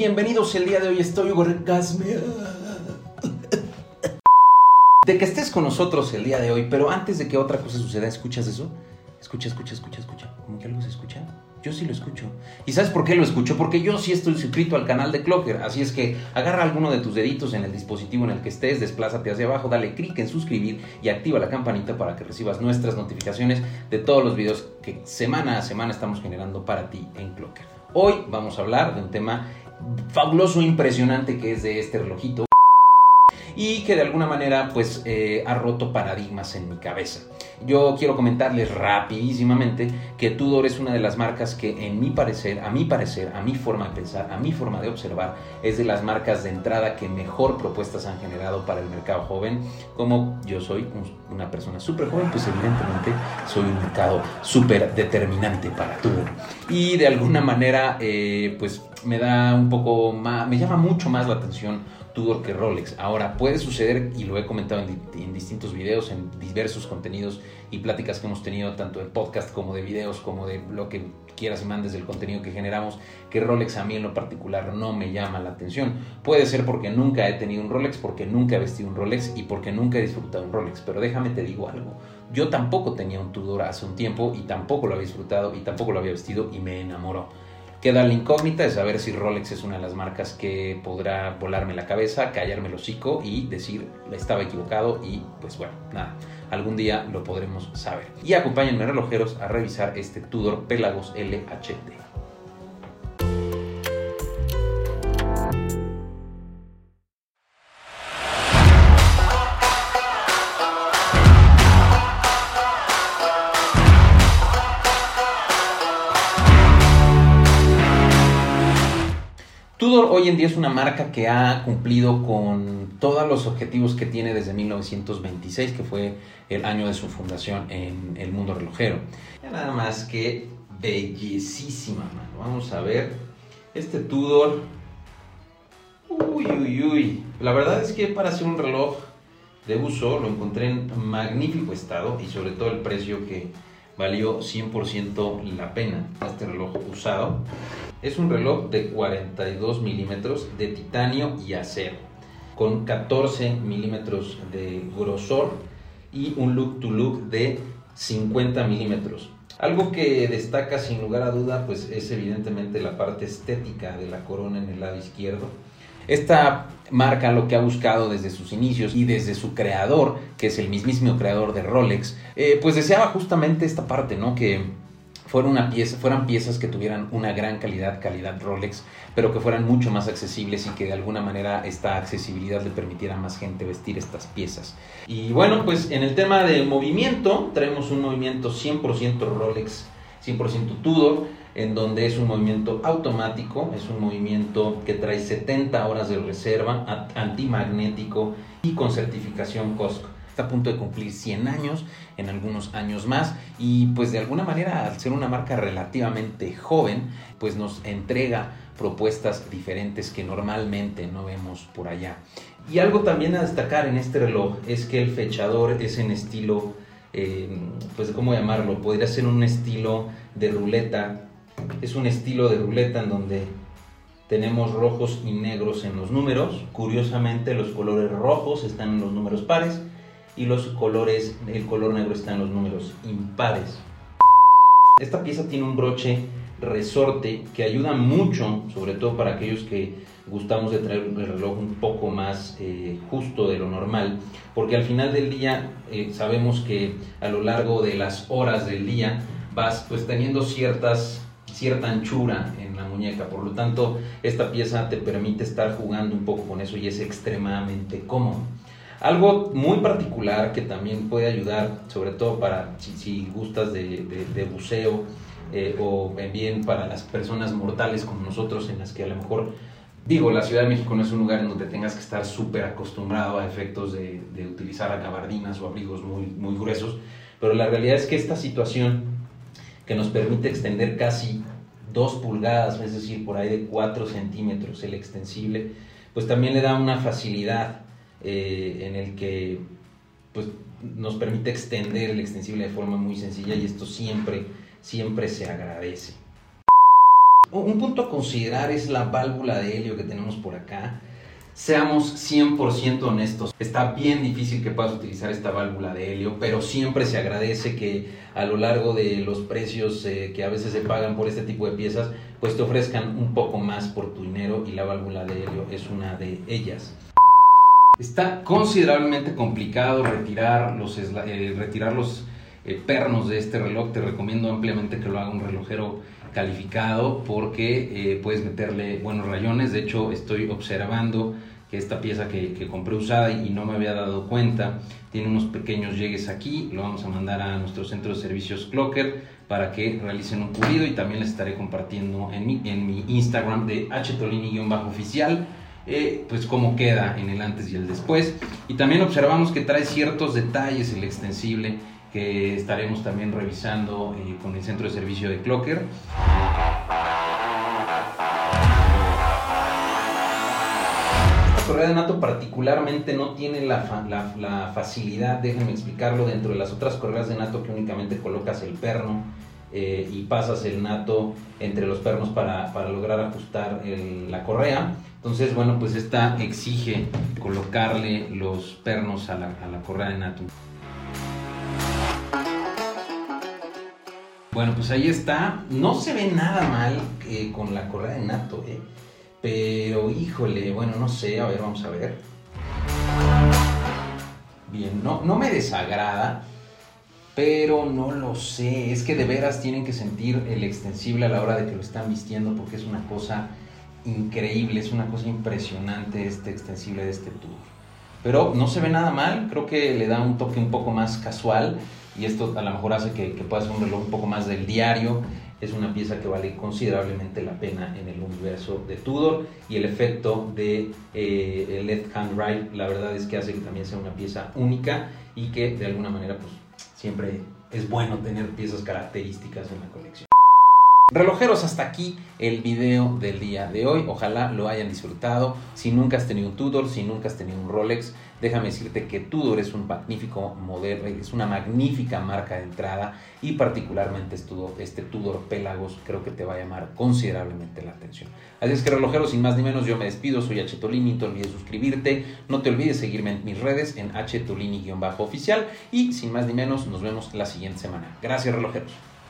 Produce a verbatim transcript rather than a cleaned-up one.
bienvenidos. El día de hoy estoy orgasmeado de que estés con nosotros el día de hoy. Pero antes de que otra cosa suceda, ¿escuchas eso? Escucha, escucha, escucha, escucha. ¿Cómo que algo se escucha? Yo sí lo escucho. ¿Y sabes por qué lo escucho? Porque yo sí estoy suscrito al canal de Clocker. Así es que agarra alguno de tus deditos en el dispositivo en el que estés, desplázate hacia abajo, dale clic en suscribir y activa la campanita para que recibas nuestras notificaciones de todos los videos que semana a semana estamos generando para ti en Clocker. Hoy vamos a hablar de un tema fabuloso, impresionante, que es de este relojito y que de alguna manera pues eh, ha roto paradigmas en mi cabeza. Yo quiero comentarles rapidísimamente que Tudor es una de las marcas que en mi parecer, a mi parecer, a mi forma de pensar, a mi forma de observar, es de las marcas de entrada que mejor propuestas han generado para el mercado joven. Como yo soy un, una persona súper joven, pues evidentemente soy un mercado súper determinante para Tudor. Y de alguna manera eh, pues me da un poco más, me llama mucho más la atención Tudor que Rolex. Ahora, puede suceder, y lo he comentado en, di- en distintos videos, en diversos contenidos y pláticas que hemos tenido, tanto de podcast como de videos, como de lo que quieras y mandes del contenido que generamos, que Rolex a mí en lo particular no me llama la atención. Puede ser porque nunca he tenido un Rolex, porque nunca he vestido un Rolex y porque nunca he disfrutado un Rolex. Pero déjame te digo algo, yo tampoco tenía un Tudor hace un tiempo y tampoco lo había disfrutado y tampoco lo había vestido y me enamoró. Queda la incógnita de saber si Rolex es una de las marcas que podrá volarme la cabeza, callarme el hocico y decir estaba equivocado y pues bueno, nada, algún día lo podremos saber. Y acompáñenme, relojeros, a revisar este Tudor Pelagos L H D. Tudor hoy en día es una marca que ha cumplido con todos los objetivos que tiene desde mil novecientos veintiséis, que fue el año de su fundación en el mundo relojero. Ya nada más que bellísima, mano. Vamos a ver este Tudor. Uy, uy, uy. La verdad es que para hacer un reloj de uso lo encontré en magnífico estado y sobre todo el precio, que valió cien por ciento la pena. Este reloj usado es un reloj de cuarenta y dos milímetros de titanio y acero, con catorce milímetros de grosor y un look to look de cincuenta milímetros. Algo que destaca sin lugar a duda pues es evidentemente la parte estética de la corona en el lado izquierdo. Esta marca lo que ha buscado desde sus inicios y desde su creador, que es el mismísimo creador de Rolex, eh, pues deseaba justamente esta parte, ¿no? Que fuera una pieza, fueran piezas que tuvieran una gran calidad, calidad Rolex, pero que fueran mucho más accesibles y que de alguna manera esta accesibilidad le permitiera a más gente vestir estas piezas. Y bueno, pues en el tema de movimiento, traemos un movimiento cien por ciento Rolex, cien por ciento Tudor, en donde es un movimiento automático, es un movimiento que trae setenta horas de reserva, antimagnético y con certificación Costco. Está a punto de cumplir cien años, en algunos años más, y pues de alguna manera, al ser una marca relativamente joven, pues nos entrega propuestas diferentes que normalmente no vemos por allá. Y algo también a destacar en este reloj es que el fechador es en estilo, eh, pues cómo llamarlo, podría ser un estilo de ruleta. Es un estilo de ruleta en donde tenemos rojos y negros en los números. Curiosamente, los colores rojos están en los números pares y los colores, el color negro está en los números impares. Esta pieza tiene un broche resorte que ayuda mucho, sobre todo para aquellos que gustamos de traer el reloj un poco más eh, justo de lo normal, porque al final del día eh, sabemos que a lo largo de las horas del día vas pues teniendo ciertas, cierta anchura en la muñeca, por lo tanto esta pieza te permite estar jugando un poco con eso y es extremadamente cómodo. Algo muy particular que también puede ayudar, sobre todo para si, si gustas de, de, de buceo eh, o bien para las personas mortales como nosotros, en las que a lo mejor, digo, la Ciudad de México no es un lugar en donde tengas que estar súper acostumbrado a efectos de, de utilizar gabardinas o abrigos muy, muy gruesos, pero la realidad es que esta situación que nos permite extender casi dos pulgadas, es decir, por ahí de cuatro centímetros el extensible, pues también le da una facilidad Eh, en el que pues, nos permite extender el extensible de forma muy sencilla y esto siempre, siempre se agradece. Un punto a considerar es la válvula de helio que tenemos por acá. Seamos cien por ciento honestos, está bien difícil que puedas utilizar esta válvula de helio, pero siempre se agradece que a lo largo de los precios eh, que a veces se pagan por este tipo de piezas, pues te ofrezcan un poco más por tu dinero, y la válvula de helio es una de ellas. Está considerablemente complicado retirar los, eh, retirar los eh, pernos de este reloj. Te recomiendo ampliamente que lo haga un relojero calificado, porque eh, puedes meterle buenos rayones. De hecho, estoy observando que esta pieza que, que compré usada y no me había dado cuenta, tiene unos pequeños llegues aquí. Lo vamos a mandar a nuestro centro de servicios Clocker para que realicen un pulido, y también les estaré compartiendo en mi, en mi Instagram de htolini-oficial eh, pues cómo queda en el antes y el después. Y también observamos que trae ciertos detalles el extensible, que estaremos también revisando eh, con el centro de servicio de Clocker. Esta correa de nato particularmente no tiene la, fa la, la facilidad, déjenme explicarlo, dentro de las otras correas de nato que únicamente colocas el perno eh, y pasas el nato entre los pernos para, para lograr ajustar el, la correa. Entonces, bueno, pues esta exige colocarle los pernos a la, a la correa de nato. Bueno, pues ahí está. No se ve nada mal eh, con la correa de nato, eh. Pero, híjole, bueno, no sé, a ver, vamos a ver. Bien, no, no me desagrada, pero no lo sé. Es que de veras tienen que sentir el extensible a la hora de que lo están vistiendo, porque es una cosa increíble, es una cosa impresionante este extensible de este Tudor. Pero no se ve nada mal, creo que le da un toque un poco más casual, y esto a lo mejor hace que, que pueda ser un reloj un poco más del diario. Es una pieza que vale considerablemente la pena en el universo de Tudor, y el efecto de eh, el left hand right, la verdad es que hace que también sea una pieza única, y que de alguna manera pues siempre es bueno tener piezas características en la colección. Relojeros, hasta aquí el video del día de hoy. Ojalá lo hayan disfrutado. Si nunca has tenido un Tudor, si nunca has tenido un Rolex, déjame decirte que Tudor es un magnífico modelo, es una magnífica marca de entrada, y particularmente este Tudor Pelagos creo que te va a llamar considerablemente la atención. Así es que, relojeros, sin más ni menos, yo me despido. Soy htolini, no te olvides suscribirte, no te olvides seguirme en mis redes en htolini-oficial, y sin más ni menos nos vemos la siguiente semana. Gracias, relojeros.